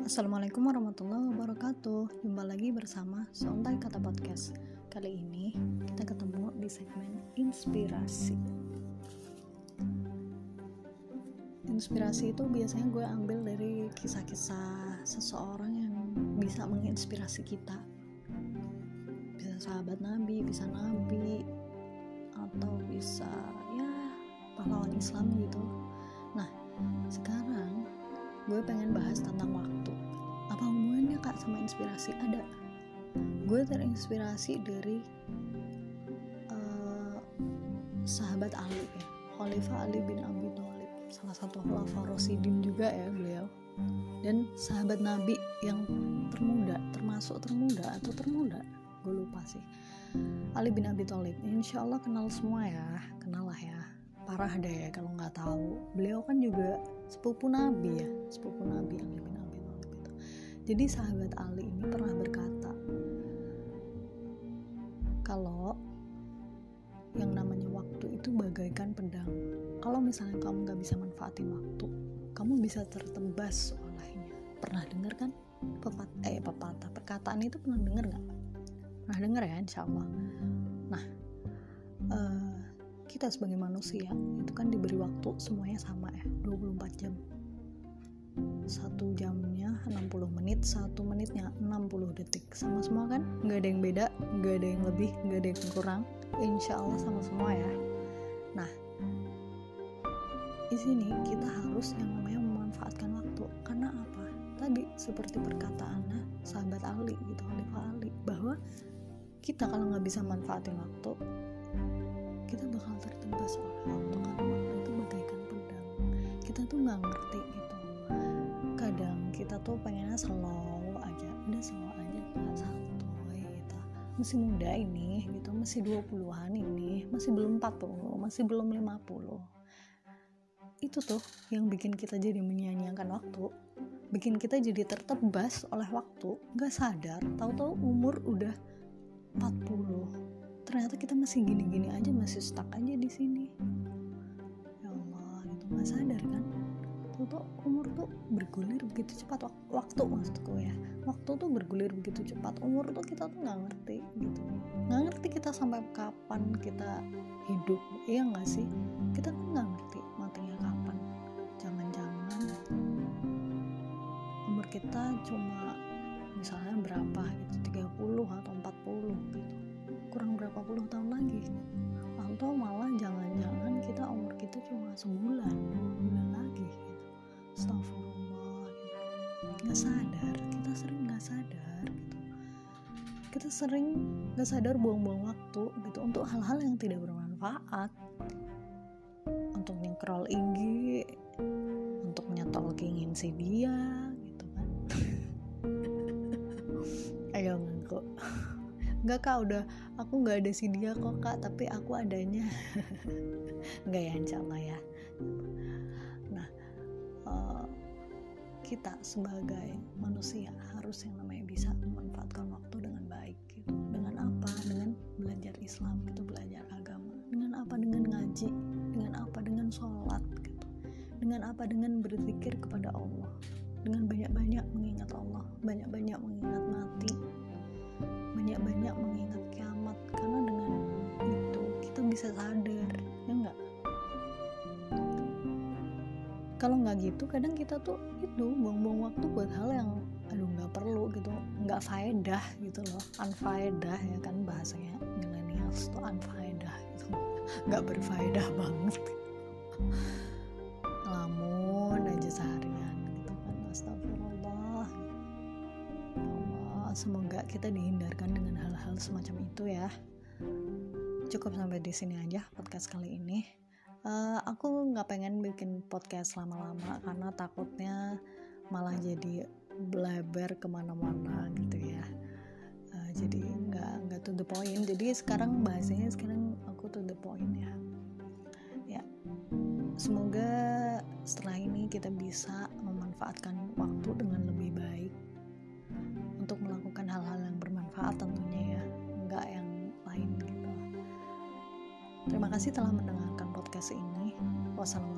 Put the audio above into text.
Assalamualaikum warahmatullahi wabarakatuh. Jumpa lagi bersama Sontai Kata Podcast. Kali ini kita ketemu di segmen inspirasi. Inspirasi itu biasanya gue ambil dari kisah-kisah seseorang yang bisa menginspirasi kita. Bisa sahabat Nabi, bisa Nabi, atau bisa pahlawan Islam gitu. Nah, sekarang gue pengen bahas tentang waktu. Apa hubungannya Kak sama inspirasi? Ada. Gue terinspirasi dari sahabat Ali ya, Khalifah Ali bin Abi Thalib, salah satu Khulafaur Rasyidin juga ya beliau. Dan sahabat Nabi yang termuda, gue lupa sih. Ali bin Abi Thalib. Insya Allah kenal semua ya, kenal lah ya. Parah deh kalau nggak tahu. Beliau kan juga sepupu Nabi Ali bin Abi Thalib itu. Jadi sahabat Ali ini pernah berkata kalau yang namanya waktu itu bagaikan pedang. Kalau misalnya kamu nggak bisa manfaatin waktu, kamu bisa tertebas olehnya. Pernah dengar kan perkataan itu? Pernah dengar nggak? Pernah dengar ya, insya Allah. Nah, kita sebagai manusia itu kan diberi waktu semuanya sama ya, 24 jam. 1 jamnya 60 menit, 1 menitnya 60 detik. Sama semua kan? Nggak ada yang beda, nggak ada yang lebih, nggak ada yang kurang. Insya Allah sama semua ya. Nah, di sini kita harus yang namanya memanfaatkan waktu. Karena apa? Tadi seperti perkataannya sahabat Ali gitu, Khalifah Ali, bahwa kita kalau nggak bisa manfaatin waktu, kita bakal tertebas oleh waktu, karena waktu itu bagaikan pedang. Kita tuh nggak ngerti gitu. Kadang kita tuh pengennya slow aja Pak, santuy gitu. Masih muda ini gitu, masih 20-an ini, masih belum 40, masih belum 50. Itu tuh yang bikin kita jadi menyia-nyiakan waktu, bikin kita jadi tertebas oleh waktu, nggak sadar, tahu-tahu umur udah 40. Ternyata kita masih gini-gini aja, masih stuck aja di sini. Ya Allah, gitu, nggak sadar kan? Tuh umur tuh bergulir begitu cepat, waktu maksudku ya. Waktu tuh bergulir begitu cepat. Umur tuh kita tuh nggak ngerti gitu. Nggak ngerti kita sampai kapan kita hidup, iya nggak sih? Kita kan nggak ngerti matinya kapan. Jangan-jangan umur kita cuma misalnya berapa gitu, 30 atau 40 gitu. Kurang berapa puluh tahun lagi, atau malah jangan-jangan kita umur kita cuma sebulan, 2 bulan lagi gitu. Astagfirullah gitu. Kita sering nggak sadar gitu. Kita sering nggak sadar buang-buang waktu gitu untuk hal-hal yang tidak bermanfaat, untuk nge-scroll IG, untuk nyetolkingin si dia gitu kan. Ayo ngaku. Enggak Kak, aku nggak ada si dia kok Kak, tapi aku adanya. Enggak ya, insya Allah ya. Nah, kita sebagai manusia harus yang namanya bisa memanfaatkan waktu dengan baik gitu. Dengan apa? Dengan belajar Islam gitu, belajar agama. Dengan apa? Dengan ngaji. Dengan apa? Dengan sholat gitu. Dengan apa? Dengan berzikir kepada Allah. Dengan banyak-banyak mengingat Allah, banyak-banyak mengingat mati, banyak-banyak mengingat kiamat. Karena dengan itu kita bisa sadar, ya enggak? Kalau nggak gitu, kadang kita tuh itu buang-buang waktu buat hal yang nggak perlu gitu, nggak faedah gitu loh, unfaedah ya kan bahasanya millennials tuh, unfaedah gitu, nggak berfaedah banget, ngelamun aja seharian gitu kan. Astagfirullah. Semoga kita dihindarkan dengan hal-hal semacam itu ya. Cukup sampai di sini aja podcast kali ini. Aku nggak pengen bikin podcast lama-lama karena takutnya malah jadi bleber kemana-mana gitu ya. Jadi nggak to the point. Jadi sekarang bahasanya aku to the point ya. Ya, semoga setelah ini kita bisa memanfaatkan waktu dengan lebih baik untuk melakukan hal-hal yang bermanfaat tentunya ya, nggak yang lain gitu. Terima kasih telah mendengarkan podcast ini. Wassalamualaikum